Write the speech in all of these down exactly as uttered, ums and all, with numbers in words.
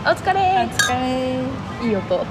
お疲れお疲れ。 いい音。 うん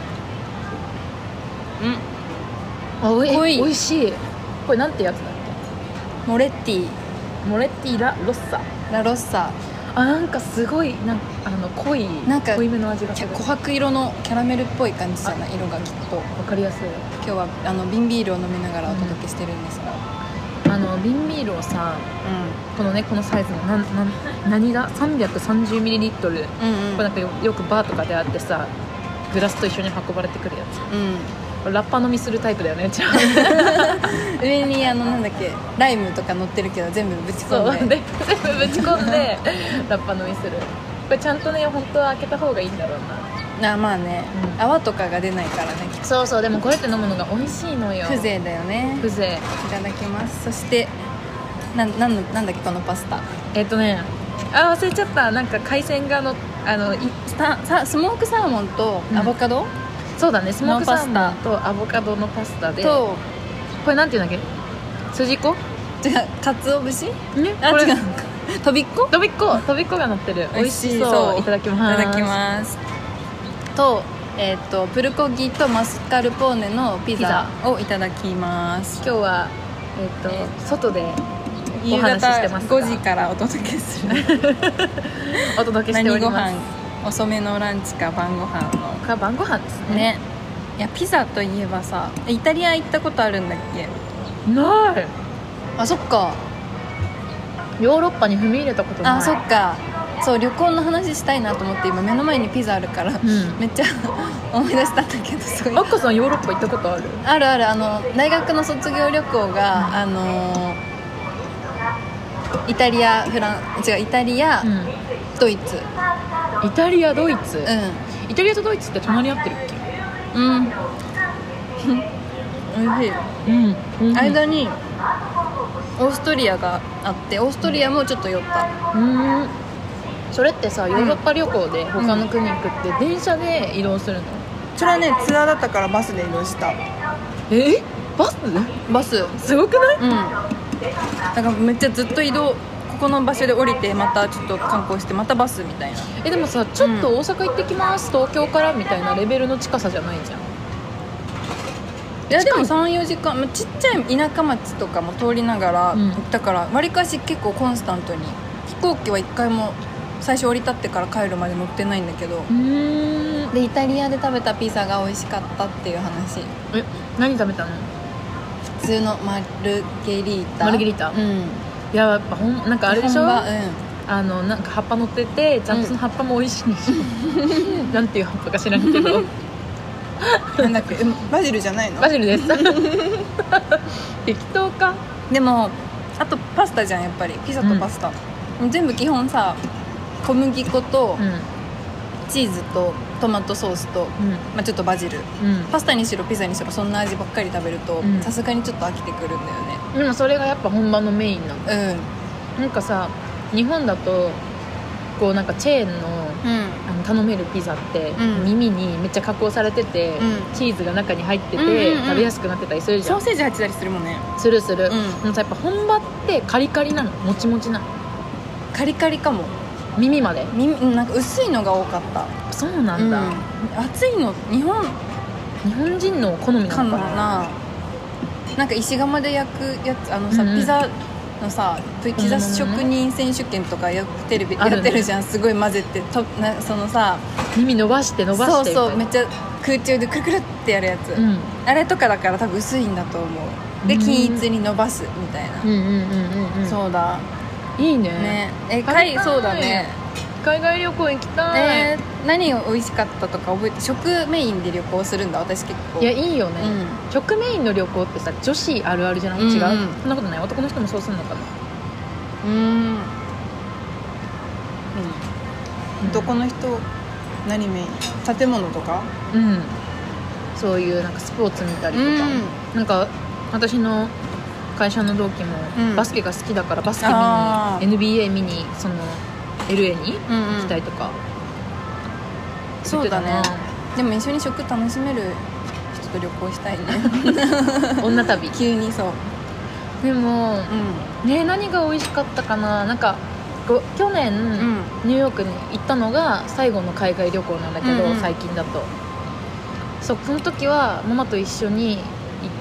あ、おい濃いおいしい。これなんてやつだっモレッティけ？モレッティラロッサ。 ラロッサ。 あ、なんかすごいなんかあの濃いなんか濃いめの味がする。 琥珀色のキャラメルっぽい感じじゃない？色がきっと。 わかりやすい。 今日はあの瓶ビールを飲みながらお届けしてるんですが、 あの瓶ビールをさ、 うこのねこのサイズのなんなん何だ さんびゃくさんじゅうミリリットル、 ん、うんうんこれなんか よ, よくバーとかであってさ、グラスと一緒に運ばれてくるやつ。 うんこれラッパ飲みするタイプだよね。じゃあ上にあのなんだっけライムとか乗ってるけど全部ぶちそう込んでで全部ぶち込んでラッパ飲みする。これちゃんとね本当は開けた方がいいんだろうな。 あまあね、 うん泡とかが出ないからね。 そうそう、でもこうやって飲むのが美味しいのよ。 風情だよね。 風情。 いただきます。そしてなんなんのなんだっけこのパスタ。 えっとねあ忘れちゃった。なんか海鮮がのあのいささスモークサーモンとアボカド、 そうだね、スモークサーモのパンとアボカドのパスタで、 とこれなんていうんだっけ、筋子違うかつお節？ ね、 あこれ違うとびっことびっことびっこが乗ってる。美味しそう。 そういただきます。 いただきますと、えー、とプルコギとマスカルポーネのピザをいただきます。 今日はえっ、と、 え外でお夕話し方してますがごじからお届けするお届けしてお何ごります。 飯遅めのランチか晩ご飯のこれは晩ご飯ですね。 ね。いやピザといえばさ、イタリア行ったことあるんだっけ？ ない。 あそっか。 ヨーロッパに踏み入れたことない。 あそっか。そう旅行の話したいなと思って今目の前にピザあるから、 んめっちゃ思い出したんだけどすごいあっかさんヨーロッパ行ったことある？ あるある。あの大学の卒業旅行が、あのイタリアフラン違うイタリア、 うんドイツ。 イタリアドイツ、 うイタリアとドイツって隣り合ってるっけ？ んうんおいしい、 うん、 間にオーストリアがあってオーストリアもちょっと寄った。 うん。それってさヨーロッパ旅行で他の国行くって電車で移動するの？ それはねツアーだったからバスで移動した。 えバス？ バスすごくない？ うんだからめっちゃずっと移動、ここの場所で降りてまたちょっと観光してまたバスみたいな。 えでもさちょっと大阪行ってきます、東京からみたいなレベルの近さじゃないじゃん。 いやでも さん,よ 時間、まあちっちゃい田舎町とかも通りながらうん行ったからわりかし結構コンスタントに。飛行機はいっかいも最初降り立ってから帰るまで乗ってないんだけど、 うーん。 でイタリアで食べたピザが美味しかったっていう話。 え何食べたの？ 普通のマルゲリータ。 マルゲリータ。 うん。 いややっぱほんなんかあれでしょ？ 本場あのなんか葉っぱ乗っててちゃんとその葉っぱも美味しいんでしょ？なんていう葉っぱか知らんけどうん。なんだっけバジルじゃないの？ バジルです適当か。 でもあとパスタじゃんやっぱり。ピザとパスタ、全部基本さ小麦粉とうんチーズとトマトソースと、まあ、ちょっとバジル。 うんパスタにしろピザにしろそんな味ばっかり食べるとうんさすがにちょっと飽きてくるんだよね。 でもそれがやっぱ本場のメインなの。 うんなんかさ日本だとこうなんかチェーンのうんあの頼めるピザって、 うん耳にめっちゃ加工されてて、 うんチーズが中に入ってて、 うんうんうん食べやすくなってたりするじゃん。 ソーセージ入ってたりするもんね。 するする、 うんでもさやっぱ本場ってカリカリなの、もちもちなの、 カリカリかも。 耳まで。 耳うんなんか薄いのが多かった。 そうなんだ、 うん熱いの日本日本人の好みなかのかな。 な。なんか石窯で焼くやつあのさ、 うんうんピザのさピザ職人選手権とかよくテレビやあるねってるじゃん。すごい混ぜてとなそのさ耳伸ばして伸ばしてそうそうめみっちゃ空中でくるくるってやるやつ、 たいな、うん、 あれとかだから多分薄いんだと思う。でうん均一に伸ばすみたいな、 うんうんうんうんうん。 そうだいいね。 ね。え食べたい海そうだね。 海外旅行行きたい、 えー何が美味しかったとか覚えて。食メインで旅行するんだ私結構。 いやいいよね、 うん食メインの旅行ってさ女子あるあるじゃない？ うんうん違う、そんなことない？男の人もそうするのかな。 うーん、男の人何メイン？建物とか？ うんそういうなんかスポーツ見たりとか、 うんなんか私の会社の同期もうんバスケが好きだからバスケ見あーに エヌビーエー 見にその エルエー にうんうん行きたいとか、 そうだね言ってでも一緒に食楽しめる人と旅行したいねたな女旅急にそう。 でもうね何が美味しかったかな。なんかご去年、 んニューヨークに行ったのが最後の海外旅行なんだけど、 うんうん最近だとそうその時はママと一緒に行って、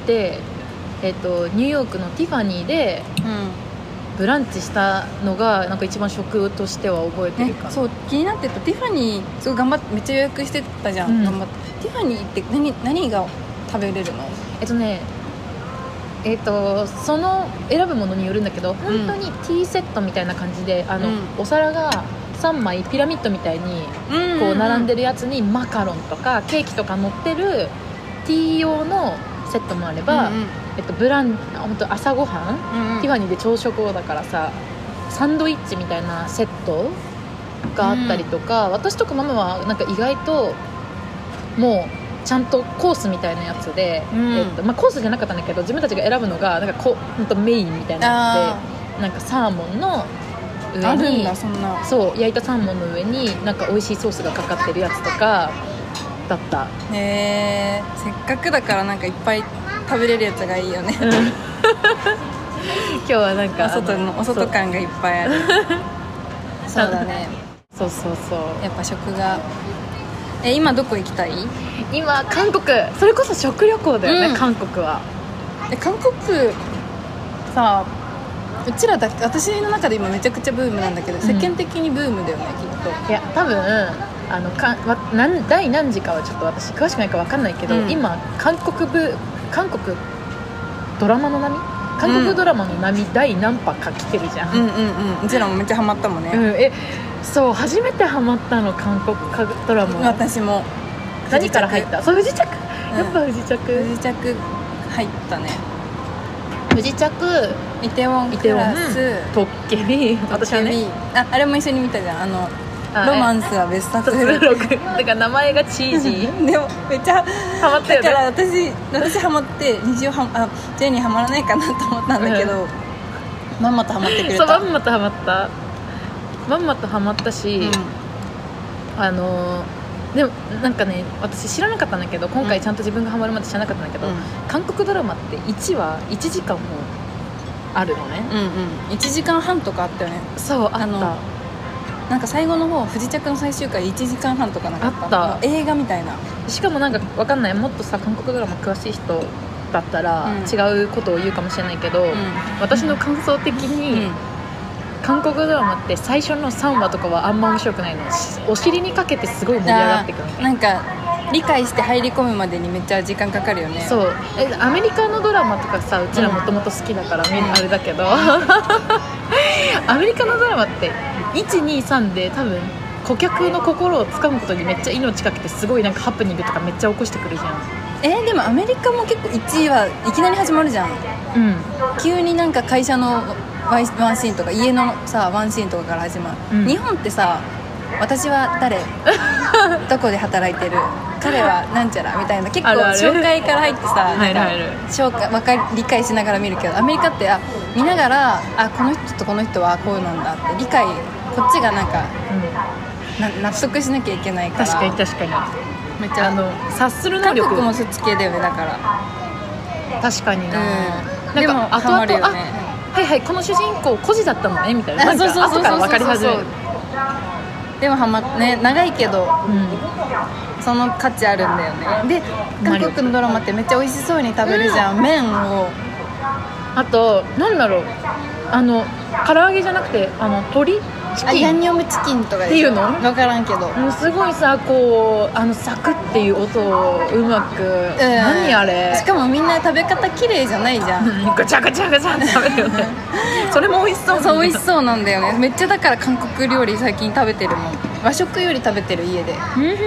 えー、とニューヨークのティファニーでブランチしたのがなんか一番食としては覚えてるかな。 ね、そう気になってた。ティファニーすごい頑張ってめっちゃ予約してたじゃん、 うん頑張ってティファニーって何何が食べれるの？ えっとねえっとその選ぶものによるんだけど、本当にティーセットみたいな感じで、あの、 うんお皿がさんまいピラミッドみたいにこう並んでるやつにマカロンとかケーキとか乗ってるティー用のセットもあれば、 うんうんえっと、ブラン本当朝ごはん、 うんうんティファニーで朝食をだからさサンドイッチみたいなセットがあったりとか、私とかママはなんか意外ともうちゃんとコースみたいなやつで、 うんえっとまあ、コースじゃなかったんだけど自分たちが選ぶのがなんかこほんとメインみたいなやつで、なんかサーモンの上あるんにだそんな。 そう焼いたサーモンの上になんか美味しいソースがかかってるやつとかだった。 へえ、せっかくだからなんかいっぱい食べれるやつがいいよね。 うん今日はなんかお外のお外感がいっぱいある。そうだね。 そうそうそうやっぱ食が。え今どこ行きたい？ 今韓国それこそ食旅行だよね、 うん韓国はえ韓国さうちらだけ私の中で今めちゃくちゃブームなんだけど、 ん世間的にブームだよねきっと。 いや多分あのかわなん第何時かはちょっと私詳しくないか分かんないけど、 うん今韓国部韓国ドラマの波韓国ドラマの波、第何波か来てるじゃん、 うんうんうんうちらもめっちゃハマったもんね、 うん、えそう初めてハマったの韓国ドラマ。 私も何から入った？そう不時着、 うんやっぱ不時着不時着入ったね。 不時着イテウォンクイテウォラスントッケビ私はねああれも一緒に見たじゃん、あのロマンスは別冊卒付録だから名前がチージーでもめっちゃハマったよね。 だから私私ハマって虹をはあジェニーハマらないかなと思ったんだけど、まんまとハマってくれそうた。 まんまとハマったまんまとハマったし、 うんあのーでもなんかね私知らなかったんだけど今回ちゃんと自分がハマるまで知らなかったんだけど、 うん韓国ドラマっていちわいちじかんもあるのね、 うんうん、いちじかんはんとかあったよね。 そうあったあのなんか最後の方不時着の最終回いちじかんはんとかなかったあった映画みたいな。 しかもなんかわかんないもっとさ韓国ドラマ詳しい人だったらうん違うことを言うかもしれないけど、私の感想的に、 うん韓国ドラマって最初のさんわとかはあんま面白くないの。お尻にかけてすごい盛り上がってくるみたいな。 なんか理解して入り込むまでにめっちゃ時間かかるよね。 そうえアメリカのドラマとかさうちらもともと好きだから見る、 うんあれだけどアメリカのドラマっていちにさんで多分顧客の心をつかむことにめっちゃ命かけてすごいなんかハプニングとかめっちゃ起こしてくるじゃん。 えーでもアメリカも結構いちいはいきなり始まるじゃん。 うん急になんか会社のワイワンシーンとか家のさワンシーンとかから始まる、 うん日本ってさ私は誰どこで働いてる彼はなんちゃらみたいな結構あるある紹介から入ってさなんか入る入る紹介わかり理解しながら見るけどアメリカってあ見ながらあこの人とこの人はこういうのなんだって理解こっちがなんかうんな納得しなきゃいけないから確かに確かにめっちゃあの察する能力韓国もそっち系だよねだから確かにな、 うんなんでもか後々 ハマるよねあはいはいこの主人公孤児だったのねみたいななんかあそうそうそうそう後から分かり始める。 でもハマね長いけどうんその価値あるんだよね。でマリオ韓国のドラマってめっちゃ美味しそうに食べるじゃん、麺をあとなんだろうあの唐揚げじゃなくてあの鶏チあキンヤンニョムチキンとかでしょっていうの分からんけど、 もうすごいさこうあのサクっていう音をうまく、 うん何あれしかもみんな食べ方綺麗じゃないじゃん、 うんガチャガチャガチャって食べるよねそれも美味しそうそう美味しそうなんだよね。めっちゃだから韓国料理最近食べてるもん。和食より食べてる家で。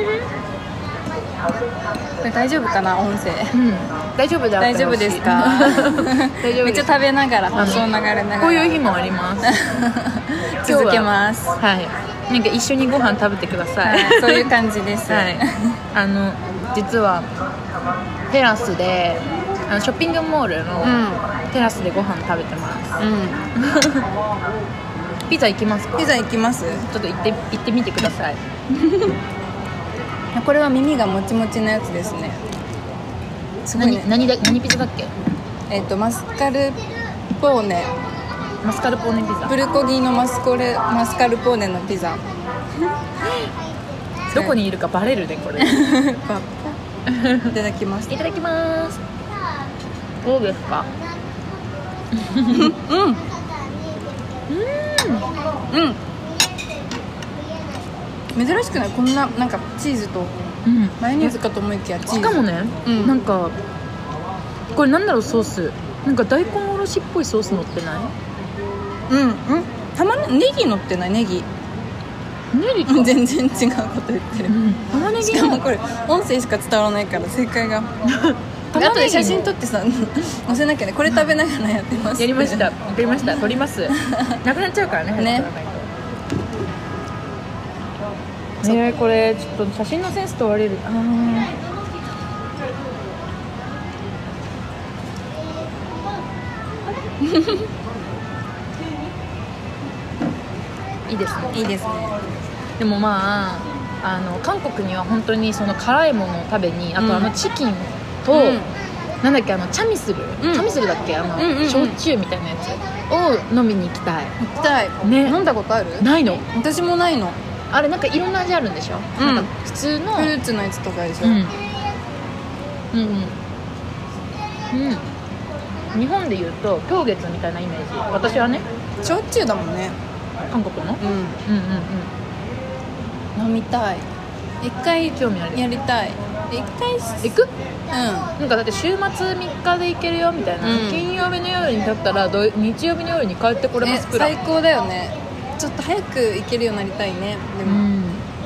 これ大丈夫かな音声。 うん大丈夫だ大丈夫ですか大丈夫めっちゃ食べながら放送流れながらこういう日もあります続けます。ははいなんか一緒にご飯食べてください、 い、そういう感じです、 はい、あの実はテラスであのショッピングモールのうんテラスでご飯食べてます、 うんピザ行きますか？ ピザ行きます。 ちょっと行って行ってみてください。 これは耳がもちもちのやつですね。すごいね。 何何だ何ピザだっけ？ えっ、とマスカルポーネマスカルポーネピザ。 プルコギのマスコレマスカルポーネのピザどこにいるかバレるねこれ。いただきます。 ただきます。どうですか？ うんうんうん珍しくない？こんななんかチーズとマヨネーズかと思いきやチーズ。 しかもね、うん、なんかこれなんだろうソースなんか大根おろしっぽいソース乗ってない？ うんうんたまにネギ乗ってない？ネギネギか全然違うこと言ってる、うん、 玉ねぎしかもこれ音声しか伝わらないから正解があとで写真撮ってさ載せなきゃね。これ食べながらやってます。 やりましたやりました撮りますなくなっちゃうからねねえー、これちょっと写真のセンス問われる。あいいですね。 いいですね。 でもまああの韓国には本当にその辛いものを食べに、あとあのチキンと、うん、なんだっけあのチャミスル、うん、チャミスルだっけあの、うんうんうん、焼酎みたいなやつを飲みに行きたい。 行きたい、ね、飲んだことある？ ないの。 私もないの。 あれなんかいろんな味あるんでしょ、うん、なんか普通のフルーツのやつとかでしょ、 うん、うんうんうん日本でいうと氷月みたいなイメージ。私はね焼酎だもんね韓国の、うん、うんうんうん飲みたい。一回興味あるやりたい。一回行く？うんなんかだって週末みっかで行けるよみたいな、うん、金曜日の夜に立ったらど日曜日の夜に帰ってこれますプラン。 最高だよね。ちょっと早く行けるようになりたいね。でも、うん、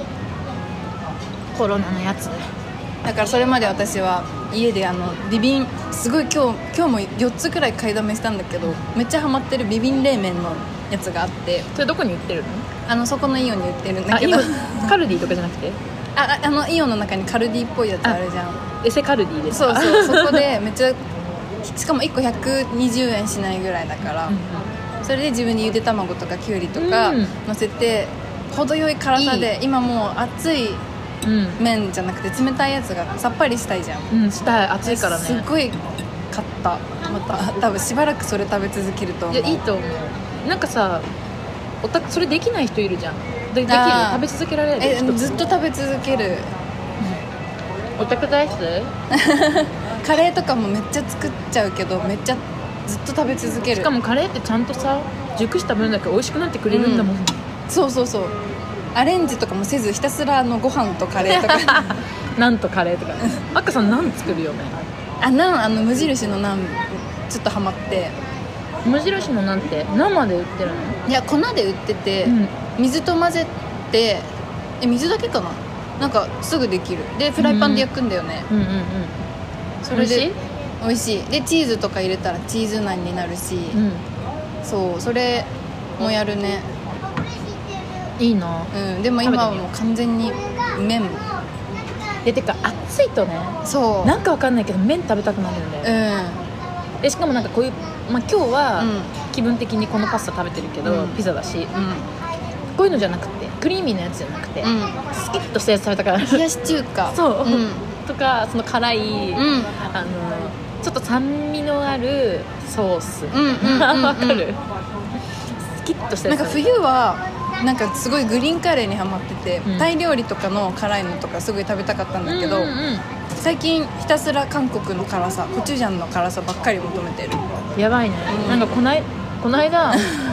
コロナのやつだからそれまで私は家であのビビンすごい今日今日もよっつくらい買いだめしたんだけどめっちゃハマってるビビン冷麺のやつがあって。 それどこに売ってるの？ あのそこのイオンに売ってるんだけど。 カルディとかじゃなくてああのイオンの中にカルディっぽいやつあるじゃん。 エセカルディですか？ そうそうそこでめっちゃしかもいっこひゃくにじゅうえんしないぐらいだから、うんうんそれで自分にゆで卵とかきゅうりとか乗せて、うん、程よい辛さでいい今もう熱い麺じゃなくて冷たいやつがさっぱりしたいじゃん。 うんしたい。熱いからね。 すごい買った。また多分しばらくそれ食べ続けると思う。 いやいいと思う。なんかさおたそれできない人いるじゃん。でできる食べ続けられる。 えずっと食べ続ける、 うん、オタク大好きカレーとかもめっちゃ作っちゃうけどめっちゃずっと食べ続ける。 しかもカレーってちゃんとさ熟した分だけ美味しくなってくれるんだもん、うん、 そうそうそうアレンジとかもせずひたすらのご飯とカレーとかなんとカレーとかあっかさんナン作るよね。 あナンあの無印のナンちょっとハマって。 無印のナンって生で売ってるの？ いや粉で売ってて、うん、水と混ぜてえ水だけかななんかすぐできる。でフライパンで焼くんだよね、 うん、うんうんうんそれで美味しい。でチーズとか入れたらチーズナンになるし、うん、そうそれもやるね。 いいな。 うんでも今はもう完全に麺。いやてか暑いとねそうなんかわかんないけど麺食べたくなるんだよ、うん、でしかもなんかこういう、まあ、今日は気分的にこのパスタ食べてるけど、うん、ピザだし、うん、こういうのじゃなくてクリーミーなやつじゃなくて、うん、スキッとしたやつ食べたから冷やし中華そう、 うん、 とかその辛い、うん、あのちょっと酸味のあるソースわ、うんうんうん、かるスキッとしたやつ。 なんか冬はなんかすごいグリーンカレーにハマってて、うん、タイ料理とかの辛いのとかすごい食べたかったんだけど、うんうんうん、最近ひたすら韓国の辛さコチュジャンの辛さばっかり求めてる。 やばいね、うん、なんかこないこの間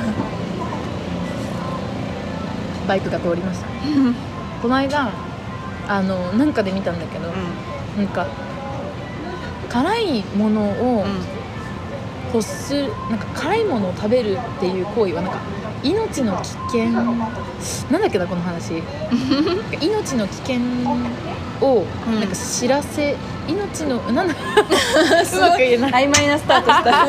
バイクが通りましたこの間あのなんかで見たんだけど、うん、なんか辛いものを欲する、なんか辛いものを食べるっていう行為はなんか命の危険なんだっけなこの話命の危険をなんか知らせ、うん、命のなんだうまく言えない曖昧なスタートした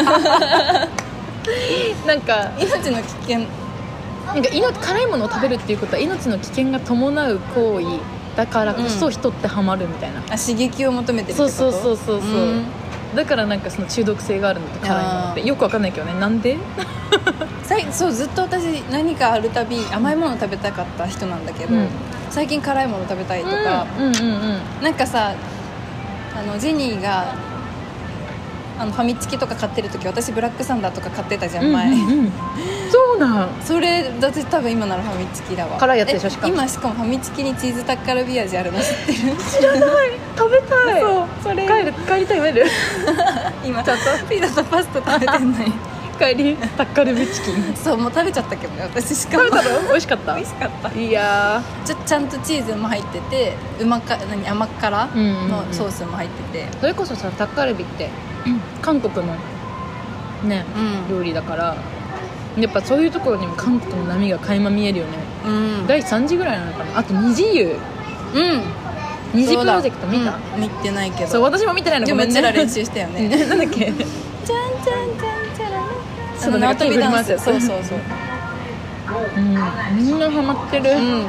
なんか命の危険なんか命辛いものを食べるっていうことは命の危険が伴う行為だからこそ人ってハマるみたいな、うん、 あ刺激を求めてるってこと？ そうそうそうそうそう、うん、だからなんかその中毒性があるのって辛いものってよくわかんないけどね。なんでそうずっと私何かあるたび甘いもの食べたかった人なんだけど、うん、最近辛いもの食べたいとか、 うんうんうんうん、 なんかさあのジェニーがあのファミチキとか買ってる時私ブラックサンダーとか買ってたじゃん前、 うんうんうん、そうなんそれだって多分今ならファミチキだわ。 辛いやつでしょ。しかも今しかもファミチキにチーズタッカルビ味あるの知ってる？ 知らない食べたい。 そうそれ帰る帰りたい。食べる今ちょっとピザとパスタ食べてんのに帰りタッカルビチキンそうもう食べちゃったけどね私。しかも食べたの？美味しかった美味しかった。 いやちょちゃんとチーズも入っててうまか何甘辛うんうんうんのソースも入ってて、 それこそさタッカルビって韓国のね、 うん料理だからやっぱそういうところにも韓国の波が垣間見えるよね。 うんだいさんじぐらいなのかな。あと二次湯うん二次プロジェクト見た？ うん見てないけど。 そう私も見てないの。 でもごめんね。 うちら練習したよねなんだっけじゃんじゃんじゃんじゃらそうだねあの縄跳びダンス。 手振り回すそうそうそううんみんなハマってる、 うん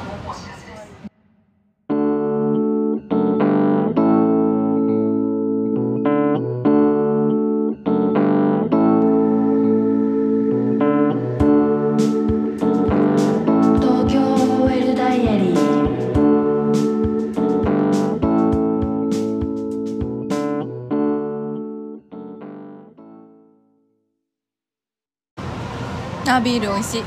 あビール美味しい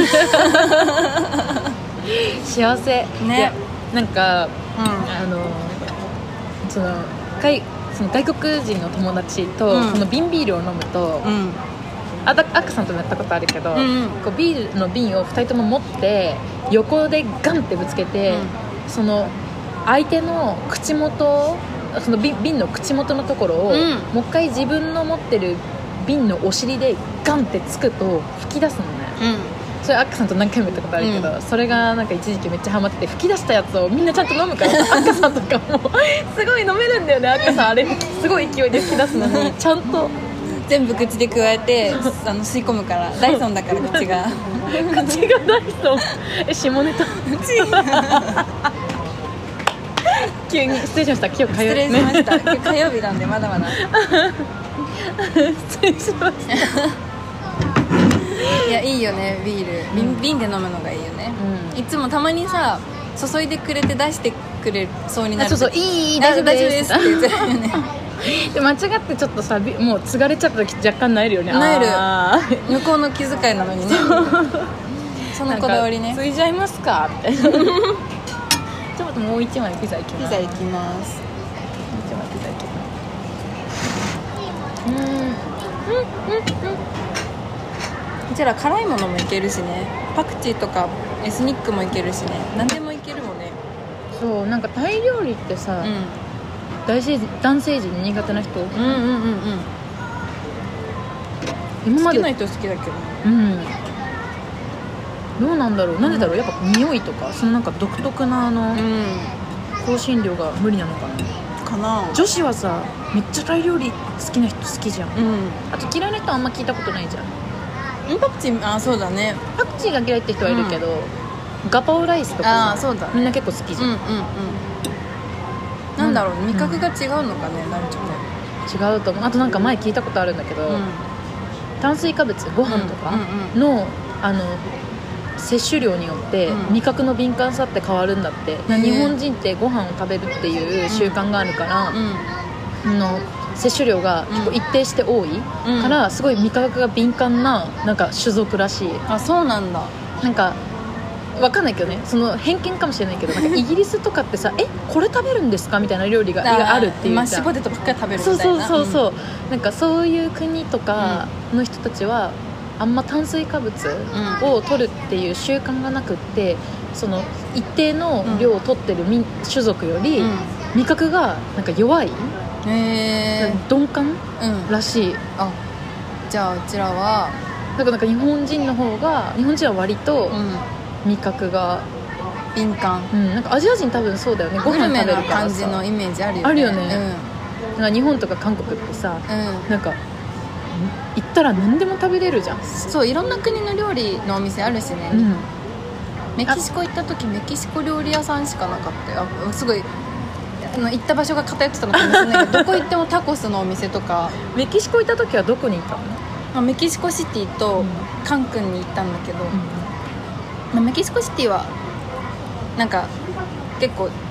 幸せね。 いやなんかうあのその外その外国人の友達と、 うんその瓶ビールを飲むと、 んうんあだアックさんともやったことあるけど、 うんうんこうビールの瓶をふたりとも持って横でガンってぶつけて、その相手の口元その 瓶, 瓶の口元のところを、 うんもう一回自分の持ってる瓶のお尻でガンってつくと吹き出すのね。それアックさんと何回も言ったことあるけど、うん、それがなんか一時期めっちゃハマってて、吹き出したやつをみんなちゃんと飲むからアックさんとかもすごい飲めるんだよね。アックさんあれすごい勢いで吹き出すのにちゃんと全部口で加えてあの吸い込むから。ダイソンだから口が口がダイソンえ下ネタ急に失礼しました。今日火曜日失礼しました、ね、火曜日なんでまだまだ失礼しましたいやいいよねビール、うん、瓶で飲むのがいいよね、うん、いつもたまにさ注いでくれて出してくれそうになる。 そうそういいいい大丈夫ですって言ってたよねで間違ってちょっとさもう継がれちゃった時若干なえるよね。 なえる向こうの気遣いなのにねそのこだわりね。 継いじゃいますかってちょっともう一枚ピザいきます。 ピザいきます。 もう一枚ピザいきます。うんうんうんうんうちら辛いものもいけるしね。パクチーとかエスニックもいけるしね。何でもいけるもんね。 そうなんかタイ料理ってさ、うん、男性男性陣苦手な人、うんうんうんうん、今まで好きな人好きだけど、 うんどうなんだろう、なんでだろう、やっぱ匂いとかそのなんか独特なあの、うん、香辛料が無理なのかなかな。 女子はさめっちゃタイ料理好きな人好きじゃん、うん、あと嫌いな人はあんま聞いたことないじゃん。 パクチー、あ、そうだね。 パクチーが嫌いって人はいるけど、うん、ガパオライスとかあ、そうだね、 みんな結構好きじゃん、うんうんうん、 なんだろう、味覚が違うのかね、なるちゃんね。違うと思う。あとなんか前聞いたことあるんだけど、うん、炭水化物ご飯とかの、うんうんうん、あの摂取量によって味覚の敏感さって変わるんだって、うん、日本人ってご飯を食べるっていう習慣があるから、うんうん、の摂取量が結構一定して多い、うん、からすごい味覚が敏感ななんか種族らしい。 あ、そうなんだ。 なんかわかんないけどね、その偏見かもしれないけどなんかイギリスとかってさえこれ食べるんですかみたいな料理があるっていうじゃん。 マッシュポテトばっかり食べるみたいな。 そうそうそうそう、うん、なんかそういう国とかの人たちはあんま炭水化物を取るっていう習慣がなくって、その一定の量を取ってる民種族より味覚がなんか弱い、 へー、 鈍感、うん、らしい。 あ、じゃあうちらはだからなんか日本人の方が日本人は割と味覚が敏感、 うん、なんかアジア人多分そうだよね。ご飯食べるからさ感じのイメージあるよね。 あるよね、うん、なんか日本とか韓国ってさ、うん、なんか行ったら何でも食べれるじゃん。 そう、いろんな国の料理のお店あるしね、うん、メキシコ行った時メキシコ料理屋さんしかなかったよ。あ、すごい行った場所が偏ってたのかもしれないけどどこ行ってもタコスのお店とか。 メキシコ行った時はどこに行ったの？ まあ、メキシコシティとカンクンに行ったんだけど、うん、まあ、メキシコシティはなんか結構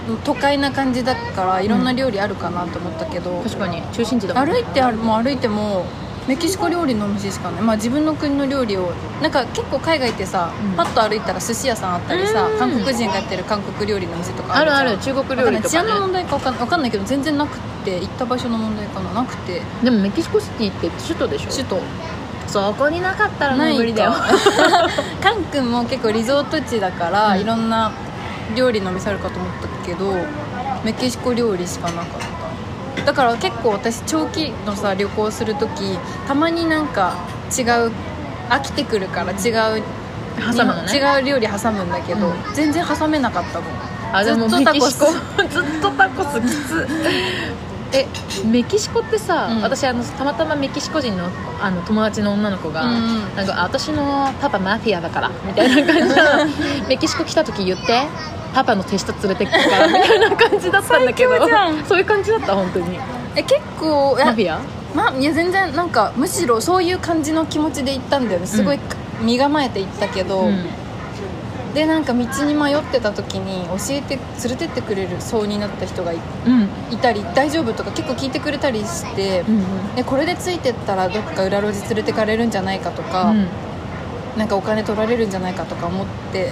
都会な感じだからいろんな料理あるかなと思ったけど、 うん、確かに中心地だもん。 歩いてあるもう歩いてもメキシコ料理のお店しかない、まあ、自分の国の料理をなんか結構海外ってさ、うん、パッと歩いたら寿司屋さんあったりさ、韓国人がやってる韓国料理の店とかあるじゃん。 あるある、中国料理とか、ね、 治安の問題か分かん、分かんないけど全然なくて、行った場所の問題かな、なくて。 でもメキシコシティって首都でしょ。 首都。 そこになかったらもう無理だよ。 カン君も結構リゾート地だから、うん、いろんな料理のお店あるかと思ったけどメキシコ料理しかなかった。だから結構私長期のさ旅行するときたまになんか違う飽きてくるから違う挟むの、ね、 違う料理挟むんだけど、うん、全然挟めなかったもん。 あ、でもメキシコずっとタコスきつえメキシコってさ、うん、私あのたまたまメキシコ人の、 あの友達の女の子が、うん、なんか私のパパマフィアだからみたいな感じでメキシコ来た時言ってパパの手下連れてくからみたいな感じだったんだけどそういう感じだった本当に。 え結構マフィア、 ま、いや全然なんかむしろそういう感じの気持ちで行ったんだよね。すごい身構えて行ったけど、うん、でなんか道に迷ってた時に教えて連れてってくれるそうになった人が い,、うん、いたり大丈夫とか結構聞いてくれたりして、うんうん、でこれでついてったらどっか裏路地連れてかれるんじゃないかとか、うん、なんかお金取られるんじゃないかとか思って、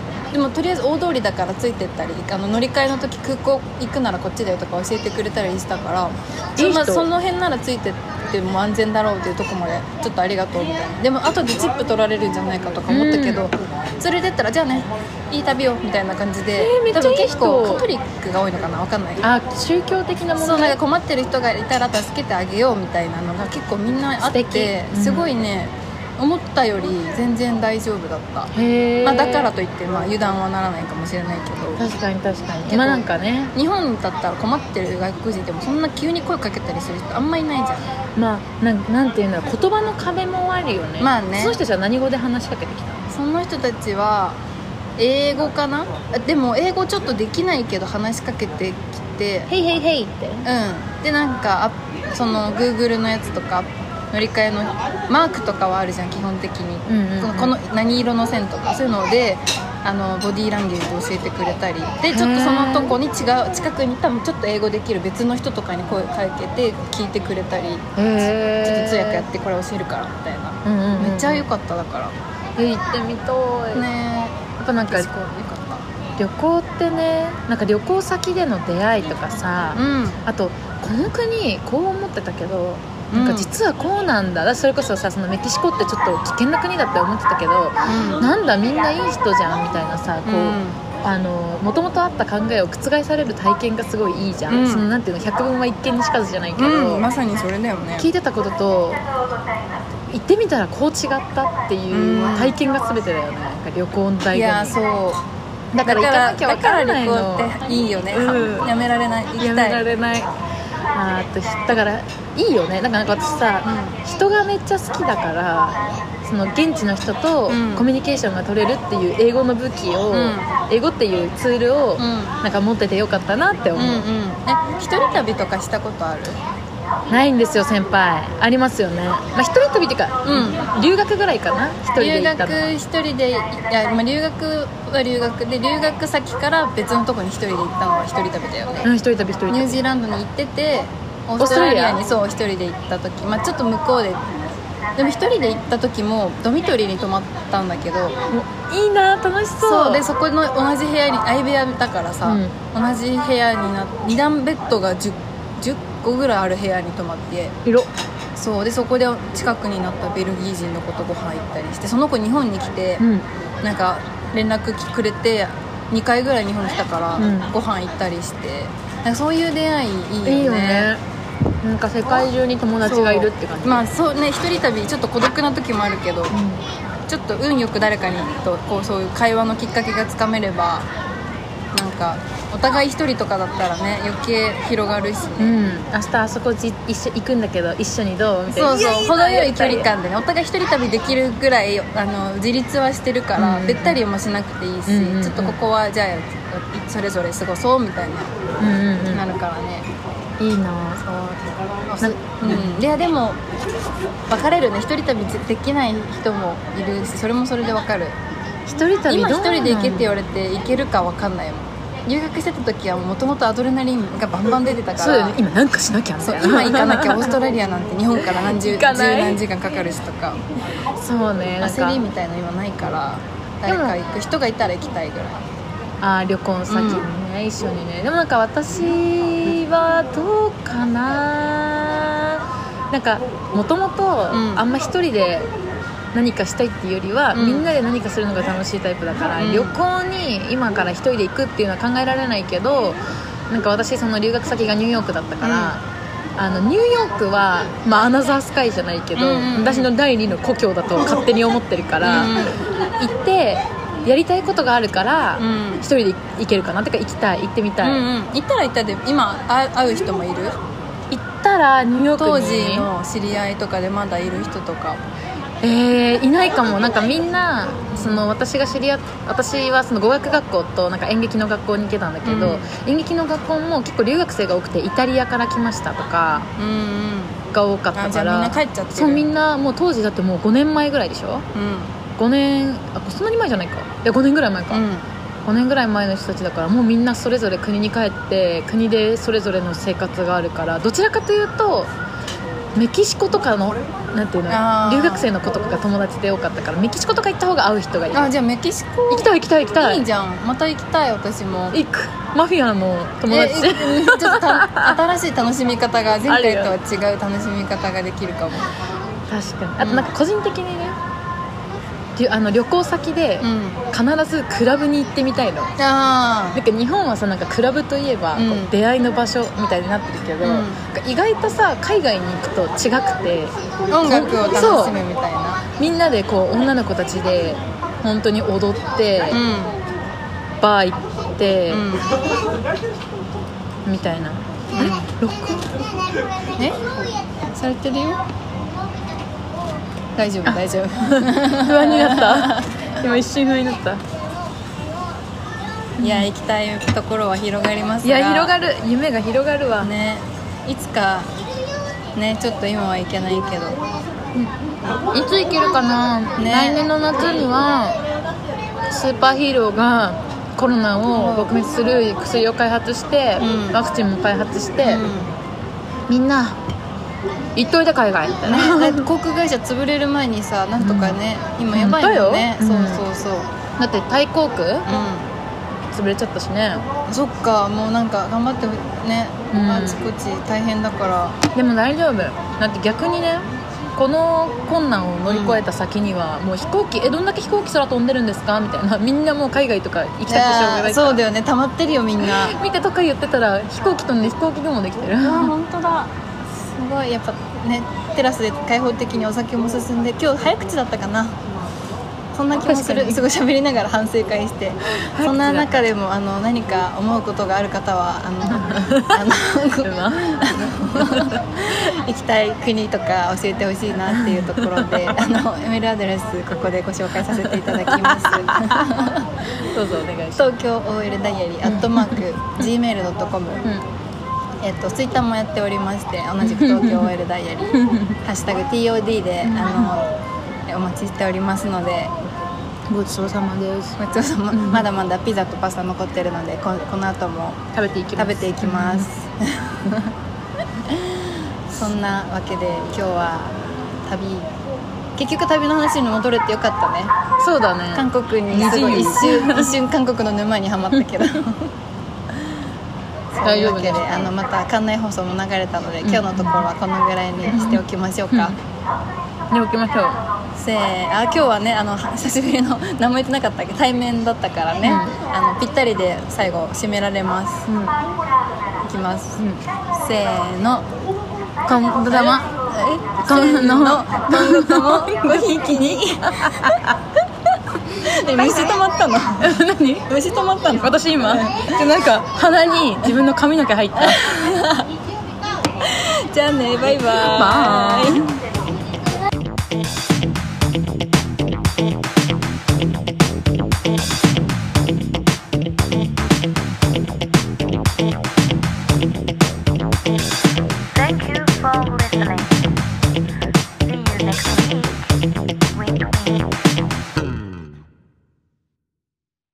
でもとりあえず大通りだからついてったり、あの乗り換えの時空港行くならこっちだよとか教えてくれたりしたから、いいそ, その辺ならついてっても安全だろうっていうところまでちょっとありがとうみたいな。でも後でチップ取られるんじゃないかとか思ったけど、うん、連れてったらじゃあねいい旅をみたいな感じで、 えー、めっちゃいい人。 結構カトリックが多いのかな、分かんない。 あ、宗教的なもの。 そう、なんか困ってる人がいたら助けてあげようみたいなのが結構みんなあって、うん、すごいね思ったより全然大丈夫だった。 へー、 まあ、だからといって、まあ、油断はならないかもしれないけど。 確かに確かに。まあなんかね、 日本だったら困ってる外国人でもそんな急に声かけたりする人あんまいないじゃん。 まあなん、なんていうんだろう、言葉の壁もあるよね。 まあね。 その人たちは何語で話しかけてきたの？ その人たちは英語かな。でも英語ちょっとできないけど話しかけてきて、 ヘイヘイヘイって。 うん。でなんかその Google のやつとか乗り換えのマークとかはあるじゃん基本的に、うんうんうん、この何色の線とかそういうのであのボディーランゲージを教えてくれたりで、ちょっとそのとこに違う近くに多分ちょっと英語できる別の人とかに声かけて聞いてくれたり、ちょっと通訳やってこれ教えるからみたいな、うんうんうん、めっちゃ良かった。だからえ行ってみたいね。やっぱなんか旅行ってね、なんか旅行先での出会いとかさ、うん、あとこの国こう思ってたけどなんか実はこうなんだ、うん、それこそさそのメキシコってちょっと危険な国だって思ってたけど、うん、なんだみんないい人じゃんみたいなさ、こう、うん、あの元々あった考えを覆される体験がすごいいいじゃん、うん、そのなんていうの百聞は一見にしかずじゃないけど、 うん、まさにそれだよね。 聞いてたことと行ってみたらこう違ったっていう体験が全てだよね、なんか旅行の醍醐味。いやそうだから行かなきゃ分からないの。だから旅行っていいよね、うん、やめられない。行きたい。 やめられない。あとだからいいよね。なんか私さ、うん、人がめっちゃ好きだからその現地の人とコミュニケーションが取れるっていう英語の武器を、うん、英語っていうツールをなんか持っててよかったなって思う、うんうん、 え一人旅とかしたことある？ ないんですよ先輩。ありますよね。まあ、一人旅っていうか、うん、留学ぐらいかな。一人で行ったの。 留学一人でいや、まあ、留学は留学で留学先から別のとこに一人で行ったのは一人旅だよね。 うん、一人旅一人旅。 ニュージーランドに行っててオーストラリアにそう一人で行った時、まあ、ちょっと向こうででも一人で行った時もドミトリーに泊まったんだけど、 いいな楽しそう。 そうでそこの同じ部屋に相部屋だからさ、うん、同じ部屋になに段ベッドが 10, 10個ぐらいある部屋に泊まって広そうでそこで近くになったベルギー人の子とご飯行ったりして、その子日本に来て、うん、なんか連絡くれてにかいぐらい日本に来たから、うん、ご飯行ったりして、なんかそういう出会いいいよね。いいよね。 なんか世界中に友達がいるって感じ。 まあそうね、一人旅ちょっと孤独な時もあるけど、うん、ちょっと運よく誰かにとこうそういう会話のきっかけがつかめれば、なんかお互い一人とかだったらね余計広がるしね、うん、 明日あそこ一緒行くんだけど一緒にどうみたいな。 そうそう程よい距離感でねお互い一人旅できるぐらいあの自立はしてるから、うん、べったりもしなくていいし、うんうんうん、ちょっとここはじゃあそれぞれ過ごそうみたいな、うんうんうん、なるからね。 いいなそうな、うん、いやでも別れるね。一人旅できない人もいるしそれもそれで分かる。 一人旅今一人で行けって言われて行けるか分かんないもん。 留学してた時はもともとアドレナリンがバンバン出てたからそうだよね、今なんかしなきゃみたいな。 今行かなきゃオーストラリアなんて日本から何十十行かない何時間かかるしとかそうね、なんか焦りみたいな今ないから、誰か行く人がいたら行きたいぐらい。 あ旅行先にね、うん、一緒にね。でもなんか私はどうかな、なんかもともとあんま一人で何かしたいっていうよりは、うん、みんなで何かするのが楽しいタイプだから、うん、旅行に今から一人で行くっていうのは考えられないけど、なんか私その留学先がニューヨークだったから、うん、あのニューヨークは、まあ、アナザースカイじゃないけど、うんうんうん、私の第二の故郷だと勝手に思ってるから、うん、行ってやりたいことがあるから、うん、一人で行けるかなってか、行きたい、行ってみたい、うんうん、 行ったら行ったで今会う人もいる？ 行ったらニューヨークに当時の知り合いとかでまだいる人とか。 えー、いないかも。なんかみんなその私が知り合っ私はその語学学校となんか演劇の学校に行けたんだけど、うん、演劇の学校も結構留学生が多くてイタリアから来ましたとかが多かったから、うんうん、 じゃあみんな帰っちゃってる。 そう、みんなもう当時だってもうごねんまえぐらいでしょ、うん、ごねん、あ、そんなに前じゃないか、いやごねんぐらい前か、うん、ごねんぐらい前の人たちだから、もうみんなそれぞれ国に帰って国でそれぞれの生活があるから、どちらかというとメキシコとかのなんていうの、留学生の子とかが友達で多かったから、メキシコとか行った方が会う人がいる。 あ、じゃあメキシコ行きたい行きたい行きたい。 いいじゃん、また行きたい。私も行く。マフィアの友達でちょっと新しい楽しみ方が、前回とは違う楽しみ方ができるかも。 確かに。あとなんか個人的にね、あの旅行先で必ずクラブに行ってみたいの、うん、あなんか日本はさ、なんかクラブといえばこう出会いの場所みたいになってるけど、うん、意外とさ海外に行くと違くて、 音楽を楽しむみたいな、 みんなでこう女の子たちで本当に踊って、うん、バー行って、うん、みたいな、うん、あれ録音えされてるよ。大丈夫大丈夫不安になった今一瞬不安になった。 いや、行きたいところは広がりますが、 いや広がる、夢が広がるわね。いつかね、ちょっと今は行けないけど、 うん、いつ行けるかな、ね、来年の夏にはスーパーヒーローがコロナを撲滅する薬を開発して、うん、ワクチンも開発して、うん、みんな行っといて海外ってね航空会社潰れる前にさ、なんとかね、うん、今やばいもんね、うん、そうそうそう、 だってタイ航空、うん、潰れちゃったしね。 そっか、もうなんか頑張ってね、うん、あちこち大変だから。 でも大丈夫だって、逆にね、この困難を乗り越えた先には、うん、もう飛行機、えどんだけ飛行機空飛んでるんですかみたいな、みんなもう海外とか行きたくてしょうがないから。 そうだよね、溜まってるよみんな見てとか言ってたら飛行機飛んで飛行機雲できてる。 あ本当だ、すごい。やっぱね、テラスで開放的にお酒も進んで、今日早口だったかな、そんな気もする。すごい喋りながら反省会して、そんな中でもあの何か思うことがある方はあのあの行きたい国とか教えてほしいなっていうところで、あのメールアドレスここでご紹介させていただきますどうぞお願いします。 東京 オーエル ダイアリーアットマーク ジーメールドットコム、えっと、ツイッターもやっておりまして、同じく東京 オーエル ダイアリーハッシュタグ ティーオーディー であのお待ちしておりますので、 ごちそうさまです。 ごちそうさま、うん、まだまだピザとパスタ残ってるので、こ, この後も食べていきます。 食べていきます、うん、そんなわけで今日は旅、結局旅の話に戻れてよかったね。 そうだね、 韓国にすごい一瞬一瞬韓国の沼にはまったけどというわけで、あのまた館内放送も流れたので、今日のところはこのぐらいにしておきましょうか、 うん、におきましょう。 せーあ今日はね、あの久しぶりの何も言ってなかったっけ、対面だったからね、うん、あのぴったりで最後締められます、うん、いきます、うん、せーの、 今度とも今度ともごひいきに虫止まったの何虫止まったの私今なんか鼻に自分の髪の毛入ったじゃあね、バイバイ。 バイ